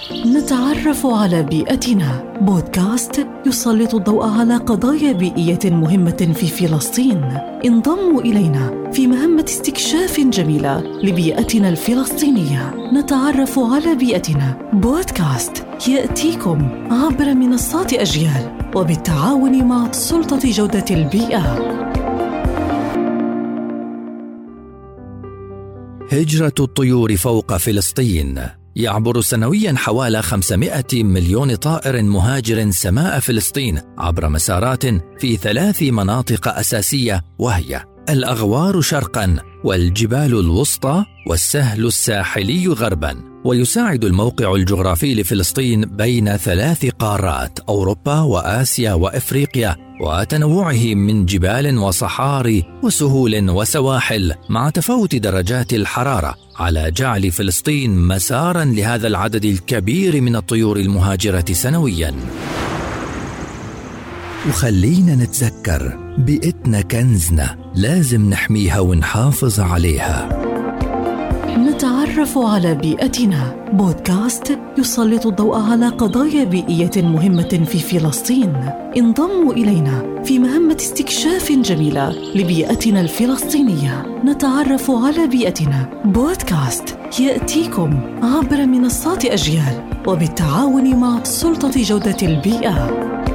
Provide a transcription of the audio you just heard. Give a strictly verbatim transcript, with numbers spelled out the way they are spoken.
نتعرف على بيئتنا، بودكاست يسلط الضوء على قضايا بيئية مهمة في فلسطين. انضموا إلينا في مهمة استكشاف جميلة لبيئتنا الفلسطينية. نتعرف على بيئتنا، بودكاست يأتيكم عبر منصات أجيال وبالتعاون مع سلطة جودة البيئة. هجرة الطيور فوق فلسطين. يعبر سنوياً حوالي خمسمائة مليون طائر مهاجر سماء فلسطين عبر مسارات في ثلاث مناطق أساسية، وهي الأغوار شرقاً، والجبال الوسطى، والسهل الساحلي غرباً. ويساعد الموقع الجغرافي لفلسطين بين ثلاث قارات، أوروبا وآسيا وإفريقيا، وتنوعه من جبال وصحاري وسهول وسواحل، مع تفاوت درجات الحرارة، على جعل فلسطين مساراً لهذا العدد الكبير من الطيور المهاجرة سنوياً. وخلينا نتذكر، بيئتنا كنزنا، لازم نحميها ونحافظ عليها. نتعرف على بيئتنا، بودكاست يسلط الضوء على قضايا بيئية مهمة في فلسطين. انضموا إلينا في مهمة استكشاف جميلة لبيئتنا الفلسطينية. نتعرف على بيئتنا، بودكاست يأتيكم عبر منصات أجيال وبالتعاون مع سلطة جودة البيئة.